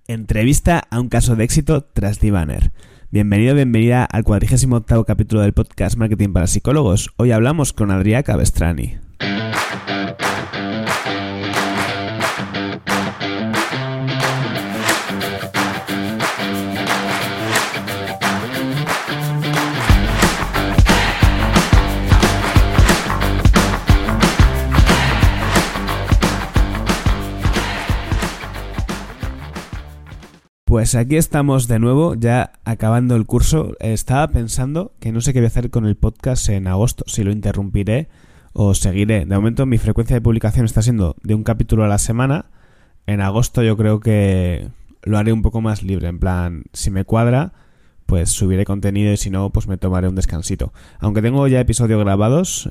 Entrevista a un caso de éxito tras Divaner. Bienvenido, bienvenida al 48º capítulo del podcast Marketing para Psicólogos. Hoy hablamos con Adrià Cabestrani. Pues aquí estamos de nuevo, ya acabando el curso. Estaba pensando que no sé qué voy a hacer con el podcast en agosto, si lo interrumpiré o seguiré. De momento mi frecuencia de publicación está siendo de un capítulo a la semana. En agosto yo creo que lo haré un poco más libre, en plan, si me cuadra, pues subiré contenido y si no, pues me tomaré un descansito. Aunque tengo ya episodios grabados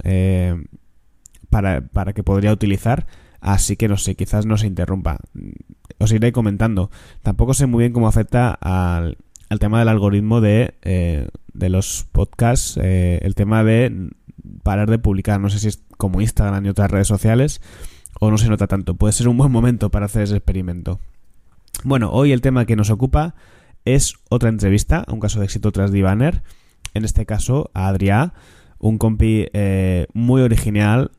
para que podría utilizar, así que no sé, quizás no se interrumpa. Os iré comentando. Tampoco sé muy bien cómo afecta al tema del algoritmo de los podcasts, el tema de parar de publicar. No sé si es como Instagram y otras redes sociales o no se nota tanto. Puede ser un buen momento para hacer ese experimento. Bueno, hoy el tema que nos ocupa es otra entrevista, un caso de éxito tras Divaner. En este caso a Adrià, un compi muy original,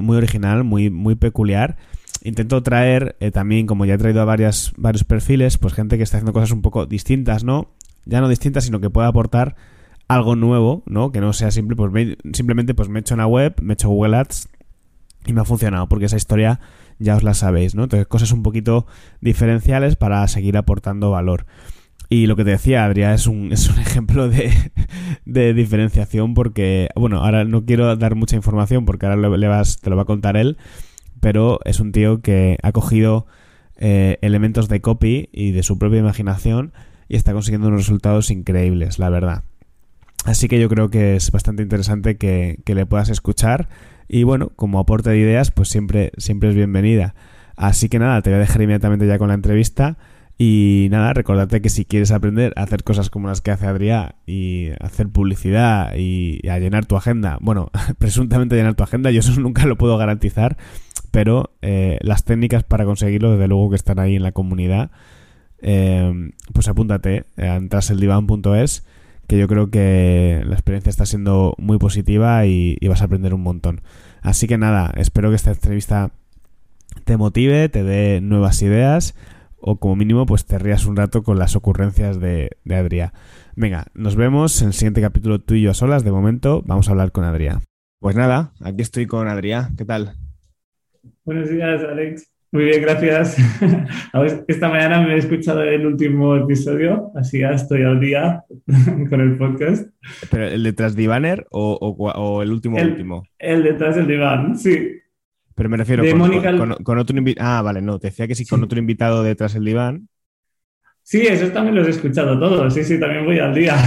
muy peculiar. Intento traer también, como ya he traído a varios perfiles, pues gente que está haciendo cosas un poco distintas, ¿no? Ya no distintas, sino que pueda aportar algo nuevo, ¿no? Que no sea simple, pues simplemente pues me he hecho una web, me he hecho Google Ads y me ha funcionado, porque esa historia ya os la sabéis, ¿no? Entonces, cosas un poquito diferenciales para seguir aportando valor. Y lo que te decía, Adrià, es un ejemplo de diferenciación porque, bueno, ahora no quiero dar mucha información porque ahora te lo va a contar él, pero es un tío que ha cogido elementos de copy y de su propia imaginación y está consiguiendo unos resultados increíbles, la verdad. Así que yo creo que es bastante interesante que le puedas escuchar y bueno, como aporte de ideas, pues siempre es bienvenida. Así que nada, te voy a dejar inmediatamente ya con la entrevista y nada, recordarte que si quieres aprender a hacer cosas como las que hace Adrià y hacer publicidad y a llenar tu agenda, bueno, presuntamente llenar tu agenda, yo eso nunca lo puedo garantizar, pero las técnicas para conseguirlo, desde luego que están ahí en la comunidad, pues apúntate en traseldivan.es, que yo creo que la experiencia está siendo muy positiva y vas a aprender un montón. Así que nada, espero que esta entrevista te motive, te dé nuevas ideas o como mínimo pues te rías un rato con las ocurrencias de Adrià. Venga, nos vemos en el siguiente capítulo tú y yo a solas. De momento vamos a hablar con Adrià. Pues nada, aquí estoy con Adrià. ¿Qué tal? Buenos días, Alex. Muy bien, gracias. Esta mañana me he escuchado el último episodio, así ya estoy al día con el podcast. ¿Pero el de Tras Divaner o el último? El detrás del diván, sí. Pero me refiero De Mónica. con otro invitado. Ah, vale, no, te decía que sí, con otro invitado de Tras el Diván. Sí, esos también los he escuchado todos. Sí, también voy al día.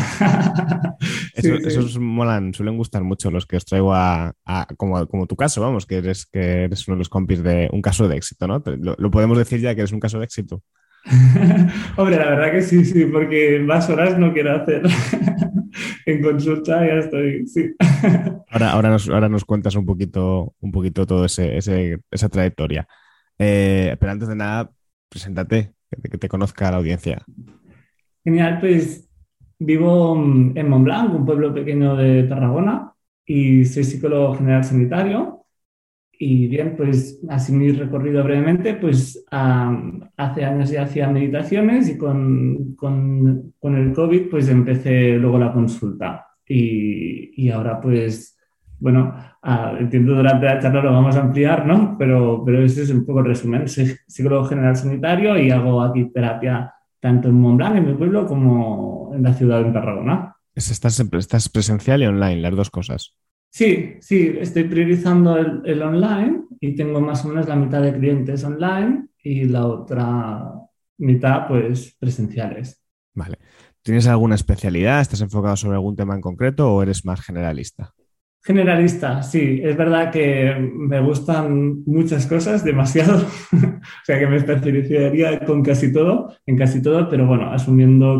Esos molan, suelen gustar mucho los que os traigo como tu caso, vamos, que eres uno de los compis de un caso de éxito, ¿no? Lo podemos decir ya que eres un caso de éxito. Hombre, la verdad que sí, porque más horas no quiero hacer. En consulta ya estoy, sí. Ahora nos cuentas un poquito todo esa trayectoria. Pero antes de nada, preséntate, que te conozca la audiencia. Genial, pues vivo en Montblanc, un pueblo pequeño de Tarragona, y soy psicólogo general sanitario. Y bien, pues así mi recorrido brevemente, pues hace años ya hacía meditaciones y con el COVID pues empecé luego la consulta. Y ahora pues, bueno, entiendo durante la charla lo vamos a ampliar, ¿no? Pero ese es un poco el resumen. Soy psicólogo general sanitario y hago aquí terapia tanto en Montblanc, en mi pueblo, como en la ciudad de Tarragona. Estás presencial y online, las dos cosas. Sí, estoy priorizando el online y tengo más o menos la mitad de clientes online y la otra mitad pues presenciales. Vale. ¿Tienes alguna especialidad? ¿Estás enfocado sobre algún tema en concreto o eres más generalista? Generalista, sí, es verdad que me gustan muchas cosas, demasiado, o sea que me especializaría en casi todo, pero bueno, asumiendo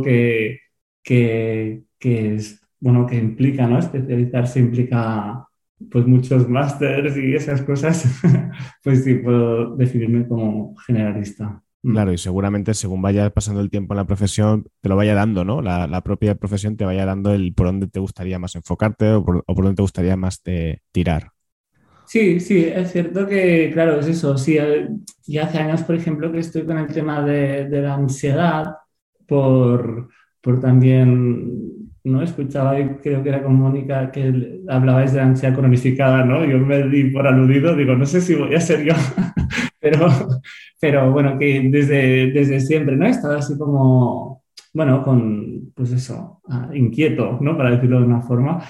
que es, bueno, que implica, ¿no? Especializarse implica pues muchos másters y esas cosas, pues sí, puedo definirme como generalista. Mm. Claro, y seguramente según vaya pasando el tiempo en la profesión, te lo vaya dando, ¿no? La propia profesión te vaya dando el por dónde te gustaría más enfocarte o por dónde te gustaría más tirar. Sí, sí, es cierto que, claro, es eso. Sí, ya hace años, por ejemplo, que estoy con el tema de la ansiedad por, por también, ¿no? Escuchaba, y creo que era con Mónica, que hablabais de la ansiedad cronificada, ¿no? Yo me di por aludido, digo, no sé si voy a ser yo, pero, pero bueno, que desde siempre, ¿no? He estado así como, bueno, con, pues eso, inquieto, ¿no? Para decirlo de una forma.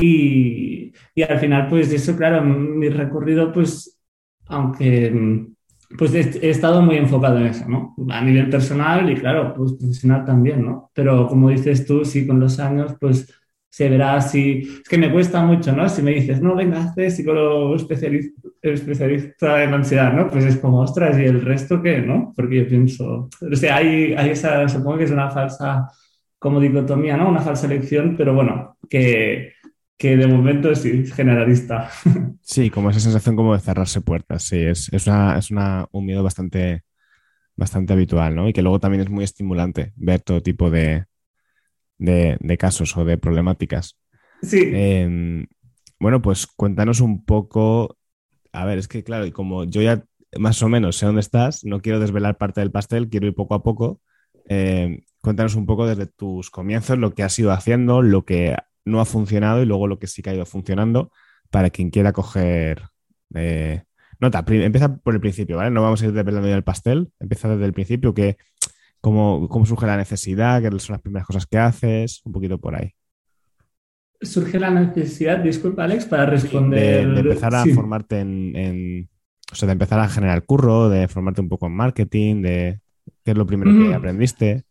Y al final, pues eso, claro, mi recorrido, pues, aunque pues he estado muy enfocado en eso, ¿no? A nivel personal y claro, pues profesional también, ¿no? Pero como dices tú, sí, con los años, pues se verá si... Es que me cuesta mucho, ¿no? Si me dices, no, venga, hazte psicólogo especialista en ansiedad, ¿no? Pues es como, ostras, ¿y el resto qué, no? Porque yo pienso, o sea, hay esa, supongo que es una falsa, como dicotomía, ¿no? Una falsa elección, pero bueno, que de momento sí, es generalista. Sí, como esa sensación como de cerrarse puertas, sí, un miedo bastante habitual, ¿no? Y que luego también es muy estimulante ver todo tipo de casos o de problemáticas. Sí, Em, bueno, pues cuéntanos un poco, a ver, es que claro, y como yo ya más o menos sé dónde estás, no quiero desvelar parte del pastel, quiero ir poco a poco. Cuéntanos un poco desde tus comienzos lo que has ido haciendo, lo que no ha funcionado y luego lo que sí que ha ido funcionando para quien quiera coger nota. Empieza por el principio, ¿vale? No vamos a ir desvelando ya el pastel, empieza desde el principio, cómo surge la necesidad, qué son las primeras cosas que haces, un poquito por ahí. surge la necesidad, disculpa Alex, para Sí, de responder, empezar a sí, formarte o sea, de empezar a generar curro, de formarte un poco en marketing, de qué es lo primero que ujú. aprendiste.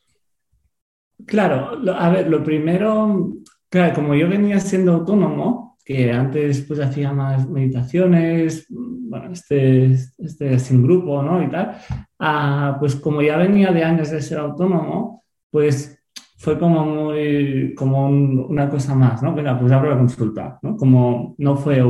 Claro, a ver, lo primero, claro, como yo venía siendo autónomo, que antes pues hacía más meditaciones, bueno, sin grupo, ¿no? Y tal, pues como ya venía de años de ser autónomo, pues fue como muy, como una cosa más, ¿no? Venga, pues abro la consulta, ¿no? Como no fue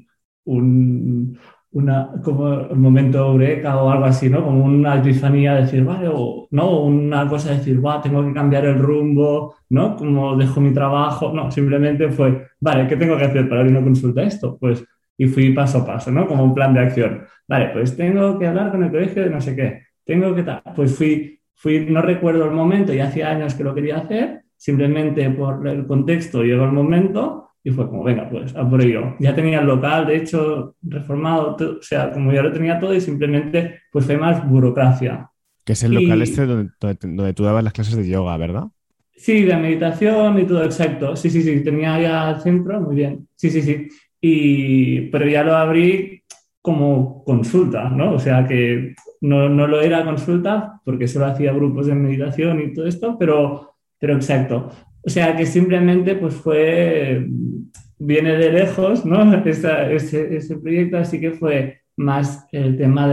un, como un momento eureka o algo así, ¿no? Como una epifanía de decir, vale, o no, una cosa de decir, va, tengo que cambiar el rumbo, ¿no? Como dejo mi trabajo, no, simplemente fue, vale, ¿qué tengo que hacer para abrir una consulta esto? Pues, y fui paso a paso, ¿no? Como un plan de acción. Vale, pues tengo que hablar con el colegio de no sé qué, tengo que tal, pues no recuerdo el momento y hacía años que lo quería hacer, simplemente por el contexto llegó el momento y fue como, venga, pues a por ello. Ya tenía el local, de hecho, reformado, o sea, como ya lo tenía todo y simplemente pues fue más burocracia. Que es el local este Y donde tú dabas las clases de yoga, ¿verdad? sí, de meditación y todo, exacto. Sí, sí, sí, tenía ya el centro, muy bien. Sí, sí, sí. Pero ya lo abrí como consulta, ¿no? O sea que no lo era consulta porque solo hacía grupos de meditación y todo esto, pero exacto. O sea que simplemente pues viene de lejos, ¿no? Ese proyecto, así que fue más el tema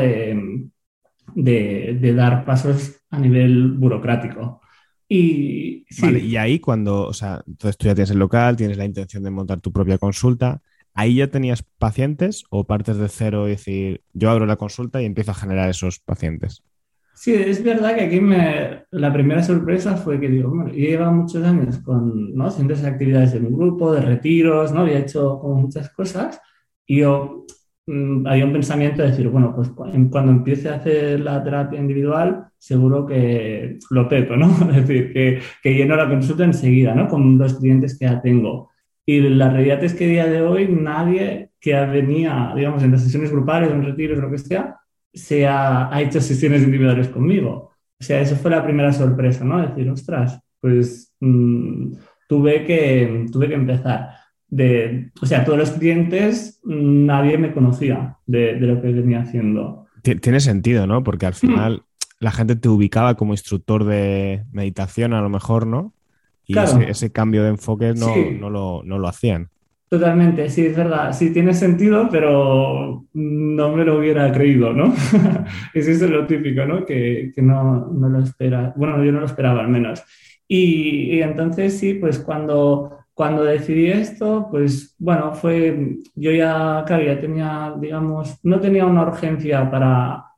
de dar pasos a nivel burocrático. Y Vale, sí, y ahí cuando, o sea, entonces tú ya tienes el local, tienes la intención de montar tu propia consulta, ¿ahí ya tenías pacientes o partes de cero y decir, yo abro la consulta y empiezo a generar esos pacientes? sí, es verdad que aquí la primera sorpresa fue que digo, bueno, yo llevaba muchos años con, ¿no? Haciendo esas actividades en un grupo, de retiros, ¿no? Había hecho como muchas cosas y yo había un pensamiento de decir, bueno, pues cuando empiece a hacer la terapia individual, seguro que lo peto, ¿no? Es decir, que lleno la consulta enseguida, ¿no? Con los clientes que ya tengo. Y la realidad es que a día de hoy nadie que venía, digamos, en las sesiones grupales, en retiros, lo que sea, ha hecho sesiones individuales conmigo. O sea, eso fue la primera sorpresa, ¿no? Decir, ostras, pues tuve que empezar. O sea, todos los clientes, nadie me conocía de lo que venía haciendo. Tiene sentido, ¿no? Porque al final la gente te ubicaba como instructor de meditación, a lo mejor, ¿no? Y Claro, ese cambio de enfoque sí, no lo hacían. totalmente, sí, es verdad, sí tiene sentido, pero no me lo hubiera creído, ¿no? Eso es lo típico, ¿no? Que no lo espera, bueno, yo no lo esperaba al menos. Y entonces sí, pues cuando decidí esto, pues bueno, yo ya, claro, ya tenía, digamos, no tenía una urgencia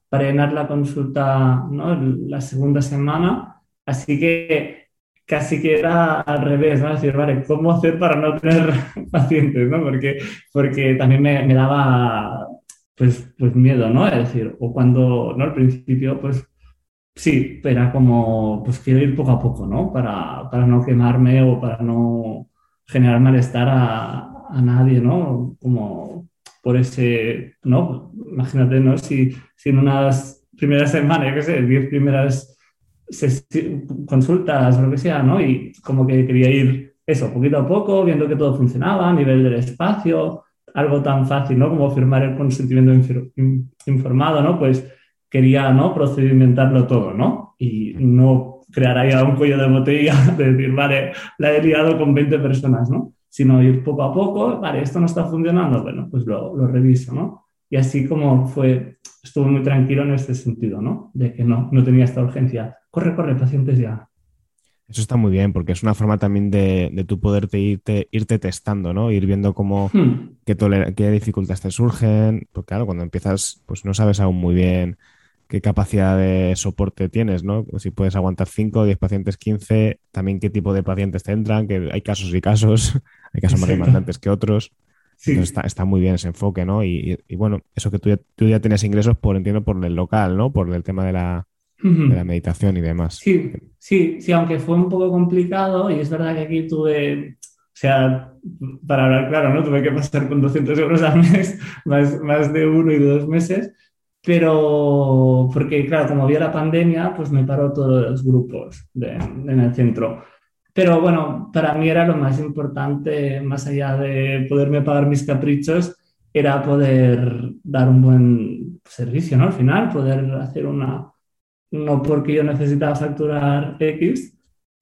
para llenar la consulta, ¿no? La segunda semana. Así que casi que era al revés, ¿no? Es decir, vale, ¿cómo hacer para no tener pacientes, ¿no? Porque también me daba, pues miedo, ¿no? Es decir, o cuando, ¿no? Al principio, pues sí, era como, pues quiero ir poco a poco, ¿no? Para no quemarme o para no generar malestar a nadie, ¿no? Como por ese, ¿no? Imagínate, ¿no? Si en unas primeras semanas, yo qué sé, 10 primeras consultas o lo que sea, ¿no? Y como que quería ir eso, poquito a poco, viendo que todo funcionaba a nivel del espacio, algo tan fácil, ¿no? Como firmar el consentimiento informado, ¿no? Pues quería, ¿no? Procedimentarlo todo, ¿no? Y no crear ahí a un cuello de botella de decir, vale, la he liado con 20 personas, ¿no? Sino ir poco a poco, vale, esto no está funcionando, bueno, pues lo reviso, ¿no? Y así como fue, estuve muy tranquilo en este sentido, ¿no? De que no tenía esta urgencia. Corre, corre, pacientes ya. Eso está muy bien, porque es una forma también de tú poderte irte testando, ¿no? Ir viendo cómo, Hmm, qué dificultades te surgen. Porque claro, cuando empiezas, pues no sabes aún muy bien qué capacidad de soporte tienes, ¿no? Si puedes aguantar 5, 10 pacientes, 15, también qué tipo de pacientes te entran, que hay casos y casos, hay casos más exacto. demandantes que otros. Entonces Sí. está muy bien ese enfoque, ¿no? Y bueno, eso que tú ya tienes ingresos entiendo, por el local, ¿no? Por el tema de la Ujú. meditación y demás. Sí, sí, sí, aunque fue un poco complicado y es verdad que aquí tuve, o sea, para hablar claro, ¿no? Tuve que pasar con 200 euros al mes, más de 1 y 2 meses, pero porque, claro, como había la pandemia, pues me paró todos los grupos en el centro. Pero bueno, para mí era lo más importante, más allá de poderme pagar mis caprichos, era poder dar un buen servicio, ¿no? Al final, poder hacer no porque yo necesitaba facturar X,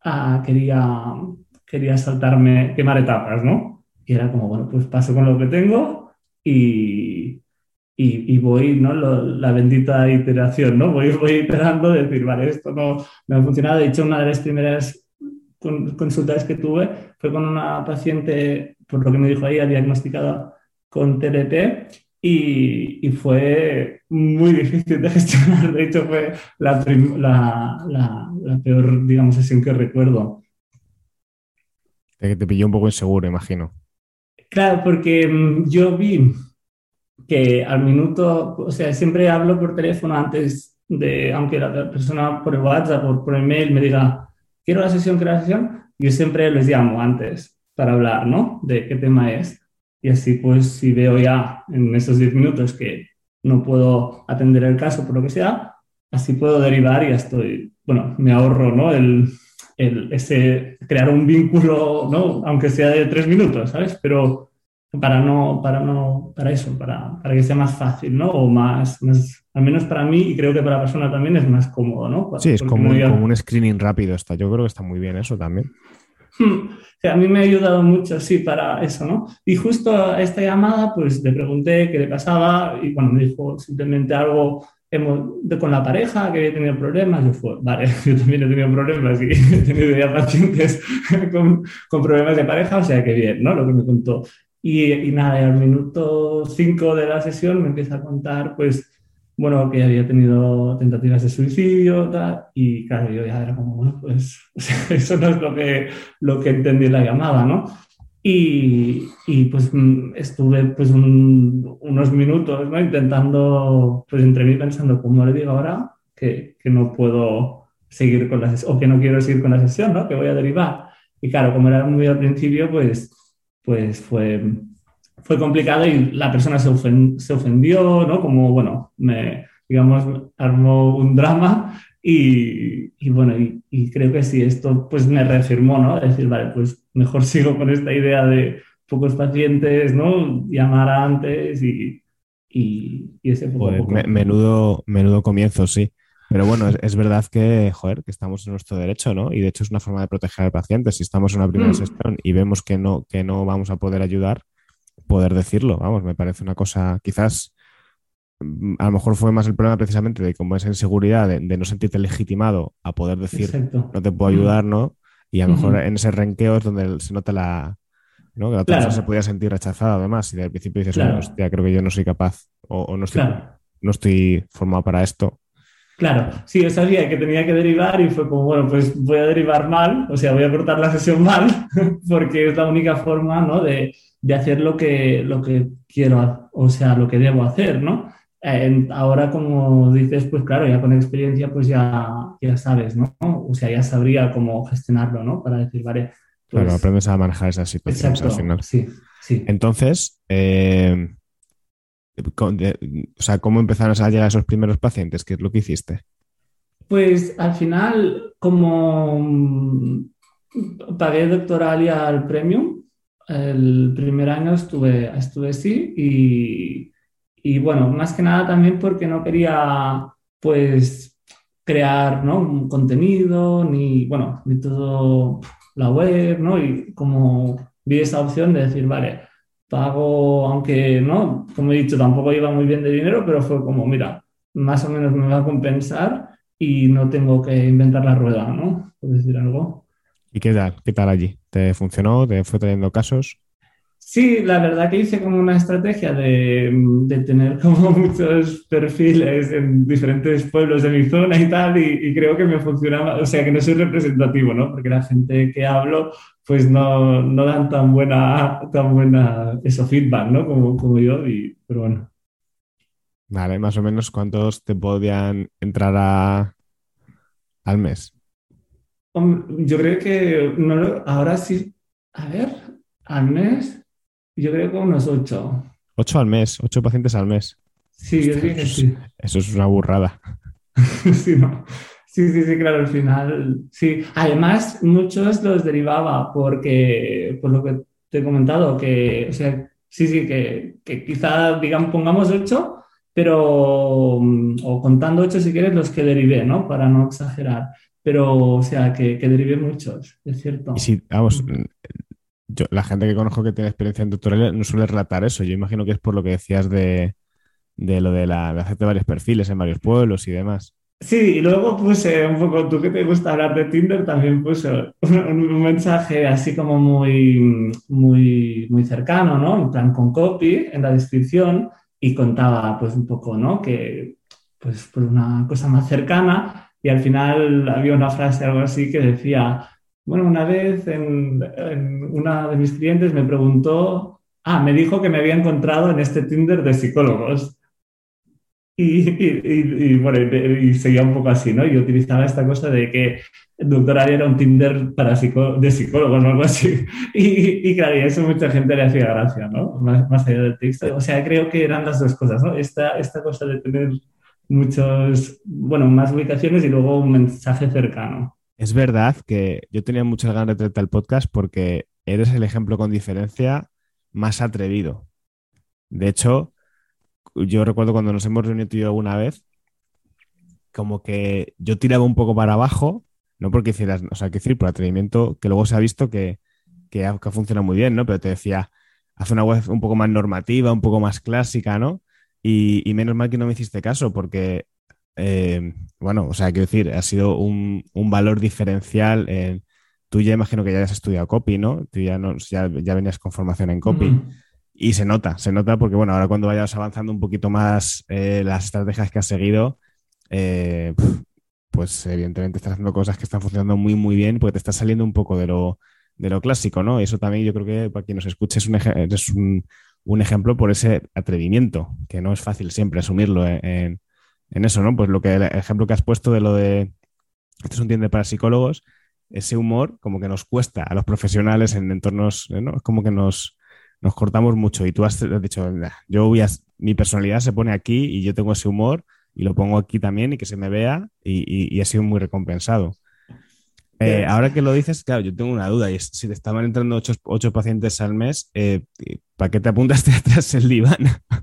quería saltarme, quemar etapas, ¿no? Y era como, bueno, pues paso con lo que tengo y, y voy, ¿no? La bendita iteración, ¿no? Voy iterando, de decir, vale, esto no ha funcionado. De hecho, una de las primeras consultas que tuve fue con una paciente, por lo que me dijo ella, diagnosticada con TLP y fue muy difícil de gestionar. De hecho, fue la peor, digamos, sesión que recuerdo. Te pilló un poco inseguro, imagino. Claro, porque yo vi que al minuto, o sea, siempre hablo por teléfono antes de, aunque la persona por el WhatsApp o por email me diga, quiero la sesión, yo siempre les llamo antes para hablar, ¿no? De qué tema es. Y así pues si veo ya en esos 10 minutos que no puedo atender el caso por lo que sea, así puedo derivar y ya estoy, bueno, me ahorro, ¿no? Ese crear un vínculo, ¿no? Aunque sea de 3 minutos, ¿sabes? Pero para eso, para que sea más fácil, ¿no? O al menos para mí, y creo que para la persona también es más cómodo, ¿no? Sí, es Porque como no como diga, un screening rápido. Yo creo que está muy bien eso también. O sea, a mí me ha ayudado mucho, sí, para eso, ¿no? Y justo a esta llamada, pues le pregunté qué le pasaba y bueno, me dijo simplemente algo con la pareja, que había tenido problemas. Yo fue, vale, yo también he tenido problemas y he tenido ya pacientes con problemas de pareja, o sea que bien, ¿no? Lo que me contó. Y nada, y al minuto 5 de la sesión me empieza a contar, pues, bueno, que había tenido tentativas de suicidio, tal, y claro, yo ya era como, bueno, pues, o sea, eso no es lo que entendí la llamada, ¿no? Pues estuve pues unos minutos, ¿no? Intentando, pues entre mí pensando, ¿cómo le digo ahora que no puedo seguir con la sesión o que no quiero seguir con la sesión, ¿no? Que voy a derivar. Y claro, como era muy al principio, pues fue complicado y la persona se ofendió, ¿no? Como, bueno, digamos, armó un drama y bueno, y creo que sí, esto pues me reafirmó, ¿no? Decir, vale, pues mejor sigo con esta idea de pocos pacientes, ¿no? Llamar antes y ese poco a Pues poco. menudo comienzo, sí. Pero bueno, es verdad que, joder, que estamos en nuestro derecho, ¿no? Y de hecho es una forma de proteger al paciente. Si estamos en una primera Hmm, sesión y vemos que no vamos a poder ayudar, poder decirlo, vamos, me parece una cosa, quizás, a lo mejor fue más el problema precisamente de como esa inseguridad de no sentirte legitimado a poder decir exacto. no te puedo ayudar, Hmm, ¿no? Y a lo mejor hmm, en ese renqueo es donde se nota ¿no? Que la otra persona se claro, podía sentir rechazada además y del principio dices, claro, hostia, creo que yo no soy capaz o no estoy, claro. no estoy formado para esto. Claro, sí, yo sabía que tenía que derivar y fue como, bueno, pues voy a derivar mal, o sea, voy a cortar la sesión mal, porque es la única forma, ¿no? de hacer lo que quiero, o sea, lo que debo hacer, ¿no? Ahora, como dices, pues claro, ya con experiencia, pues ya sabes, ¿no? O sea, ya sabría cómo gestionarlo, ¿no? Para decir, vale, Claro, pues, aprendes a manejar esas situaciones al exacto, final. sí, sí. Entonces, o sea, ¿cómo empezaron a llegar esos primeros pacientes? ¿Qué es lo que hiciste? Pues al final, como pagué doctoralia al Premium, el primer año estuve sí y bueno, más que nada también porque no quería pues crear, ¿no? un contenido ni, bueno, ni todo la web, ¿no? Y como vi esa opción de decir, vale, pago, aunque, ¿no? Como he dicho, tampoco iba muy bien de dinero, pero fue como, mira, más o menos me va a compensar y no tengo que inventar la rueda, ¿no? Por decir algo. ¿Y qué tal? ¿Qué tal allí? ¿Te funcionó? ¿Te fue trayendo casos? Sí, la verdad que hice como una estrategia de tener como muchos perfiles en diferentes pueblos de mi zona y tal, y creo que me funcionaba, o sea, que no soy representativo, ¿no? Porque la gente que hablo, pues no dan tan buena, eso, feedback, ¿no? Como yo, pero bueno. Vale, más o menos cuántos te podían entrar al mes. Yo creo que ahora sí, a ver, al mes, yo creo que unos 8. 8 al mes, 8 pacientes al mes. Sí, yo Hostia, diría que sí. eso es una burrada. Sí, no. Sí, sí, sí, claro, al final, sí. Además, muchos los derivaba porque, por lo que te he comentado, que, o sea, sí, sí, que quizá, digamos, pongamos 8, pero, o contando 8 si quieres, los que derivé, ¿no? Para no exagerar. Pero, o sea, que derivé muchos, es Y cierto. si, vamos, Mm. la gente que conozco que tiene experiencia en tutoriales no suele relatar eso. Yo imagino que es por lo que decías de lo de hacerte varios perfiles en varios pueblos y demás. Sí, y luego puse un poco, tú que te gusta hablar de Tinder, también puse un mensaje así como muy cercano, ¿no? En plan con copy en la descripción y contaba pues un poco, ¿no? Que pues por una cosa más cercana y al final había una frase algo así que decía, bueno, una vez en una de mis clientes me preguntó, me dijo que me había encontrado en este Tinder de psicólogos. Bueno, y seguía un poco así, ¿no? Y utilizaba esta cosa de que Doctoral era un Tinder de psicólogos o algo así. Y claro, y eso mucha gente le hacía gracia, ¿no? Más allá del texto. O sea, creo que eran las dos cosas, ¿no? Esta cosa de tener bueno, más ubicaciones y luego un mensaje cercano. Es verdad que yo tenía muchas ganas de traerte el podcast porque eres el ejemplo con diferencia más atrevido. De hecho, yo recuerdo cuando nos hemos reunido tú y yo alguna vez, como que yo tiraba un poco para abajo, no porque hicieras, o sea, que decir, por atrevimiento, que luego se ha visto que funciona muy bien, ¿no? Pero te decía, haz una web un poco más normativa, un poco más clásica, ¿no? Y menos mal que no me hiciste caso, porque, bueno, o sea, quiero decir, ha sido un valor diferencial. Tú ya imagino que ya has estudiado copy, ¿no? Tú ya, no, ya venías con formación en copy. Ujú. Y se nota porque, bueno, ahora cuando vayas avanzando un poquito más las estrategias que has seguido, eh, pues evidentemente estás haciendo cosas que están funcionando muy, muy bien porque te estás saliendo un poco de lo clásico, ¿no? Y eso también yo creo que para quien nos escuche es un ejemplo por ese atrevimiento, que no es fácil siempre asumirlo en eso, ¿no? Pues lo que el ejemplo que has puesto de lo de, esto es un tiende para psicólogos, ese humor como que nos cuesta a los profesionales en entornos, ¿no? Es como que nos cortamos mucho y tú has dicho, "Nah, mi personalidad se pone aquí y yo tengo ese humor y lo pongo aquí también y que se me vea y he sido muy recompensado. Ya. Ahora que lo dices, claro, yo tengo una duda y es, si te estaban entrando ocho pacientes al mes, ¿para qué te apuntaste atrás el diván?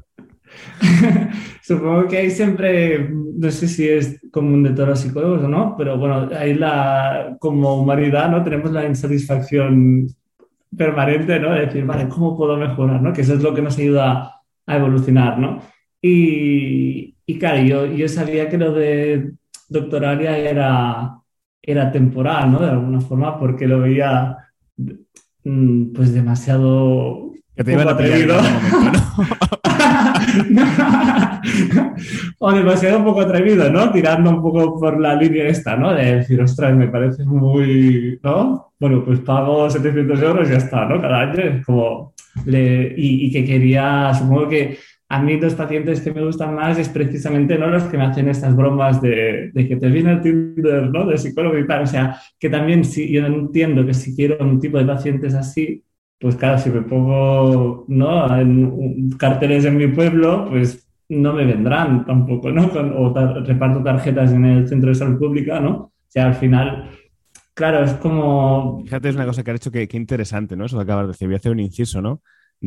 Supongo que hay siempre, no sé si es común de todos los psicólogos o no, pero bueno, ahí como humanidad, ¿no? Tenemos la insatisfacción permanente, ¿no? De decir, vale, ¿cómo puedo mejorar, ¿no? Que eso es lo que nos ayuda a evolucionar, ¿no? Y claro, yo sabía que lo de doctoralia era temporal, ¿no? De alguna forma, porque lo veía pues demasiado, Que te un iban poco a pillar en atrevido. algún momento, ¿no? O demasiado un poco atrevido, ¿no? Tirando un poco por la línea esta, ¿no? De decir, ostras, me parece muy, ¿no? Bueno, pues pago 700 euros y ya está, ¿no? Cada año es como... y que quería, supongo que a mí los pacientes que me gustan más es precisamente, ¿no? Los que me hacen estas bromas de que te viene el Tinder, ¿no? De psicólogo y tal. O sea, que también si yo entiendo que si quiero un tipo de pacientes así, pues claro, si me pongo, ¿no? Carteles en mi pueblo, pues no me vendrán tampoco, ¿no? Reparto tarjetas en el centro de salud pública, ¿no? O sea, al final, claro, es como... Fíjate, es una cosa que has hecho que interesante, ¿no? Eso que acabas de decir. Voy a hacer un inciso, ¿no?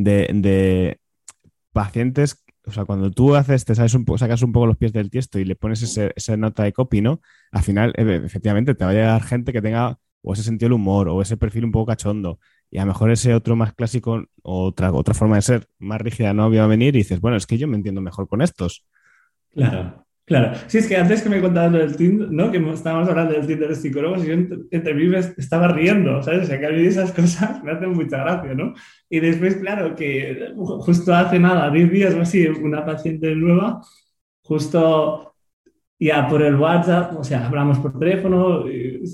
De pacientes, o sea, cuando tú haces, te sacas un poco los pies del tiesto y le pones esa nota de copy, ¿no? Al final, efectivamente, te va a llegar gente que tenga o ese sentido del humor o ese perfil un poco cachondo. Y a lo mejor ese otro más clásico, otra forma de ser más rígida no va a venir y dices, bueno, es que yo me entiendo mejor con estos. Claro, claro. Sí, es que antes que me contabas lo del Tinder, ¿no? Que estábamos hablando del Tinder de psicólogos y yo entre mí me estaba riendo, ¿sabes? O sea, que a mí esas cosas me hacen mucha gracia, ¿no? Y después, claro, que justo hace nada, 10 días o así, una paciente nueva, justo ya por el WhatsApp, o sea, hablamos por teléfono,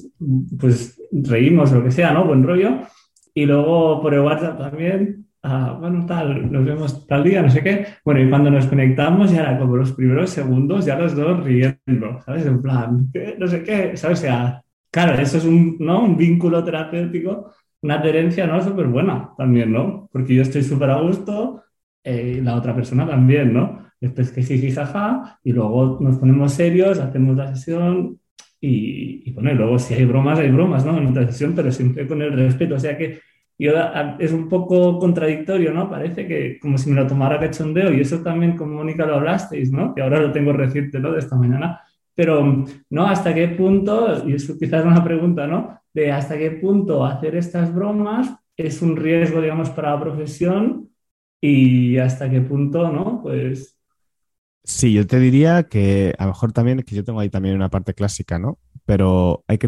pues reímos, lo que sea, ¿no? Buen rollo. Y luego por el WhatsApp también, bueno, tal, nos vemos tal día, no sé qué. Bueno, y cuando nos conectamos, ya era como los primeros segundos, ya los dos riendo, ¿sabes? En plan, ¿qué? No sé qué, ¿sabes? O sea, claro, eso es un, ¿no? Un vínculo terapéutico, una adherencia, ¿no? Súper buena también, ¿no? Porque yo estoy súper a gusto, y la otra persona también, ¿no? Después que jiji, jaja, y luego nos ponemos serios, hacemos la sesión y bueno, y luego si hay bromas, ¿no? En otra sesión, pero siempre con el respeto. O sea que es un poco contradictorio, ¿no? Parece que como si me lo tomara cachondeo y eso también con Mónica lo hablasteis, ¿no? Que ahora lo tengo reciente, ¿no? De esta mañana. Pero, ¿no? ¿Hasta qué punto, y eso quizás es una pregunta, ¿no? De hasta qué punto hacer estas bromas es un riesgo, digamos, para la profesión y hasta qué punto, ¿no? Pues Sí, yo te diría que a lo mejor también, que yo tengo ahí también una parte clásica, ¿no? Pero hay que,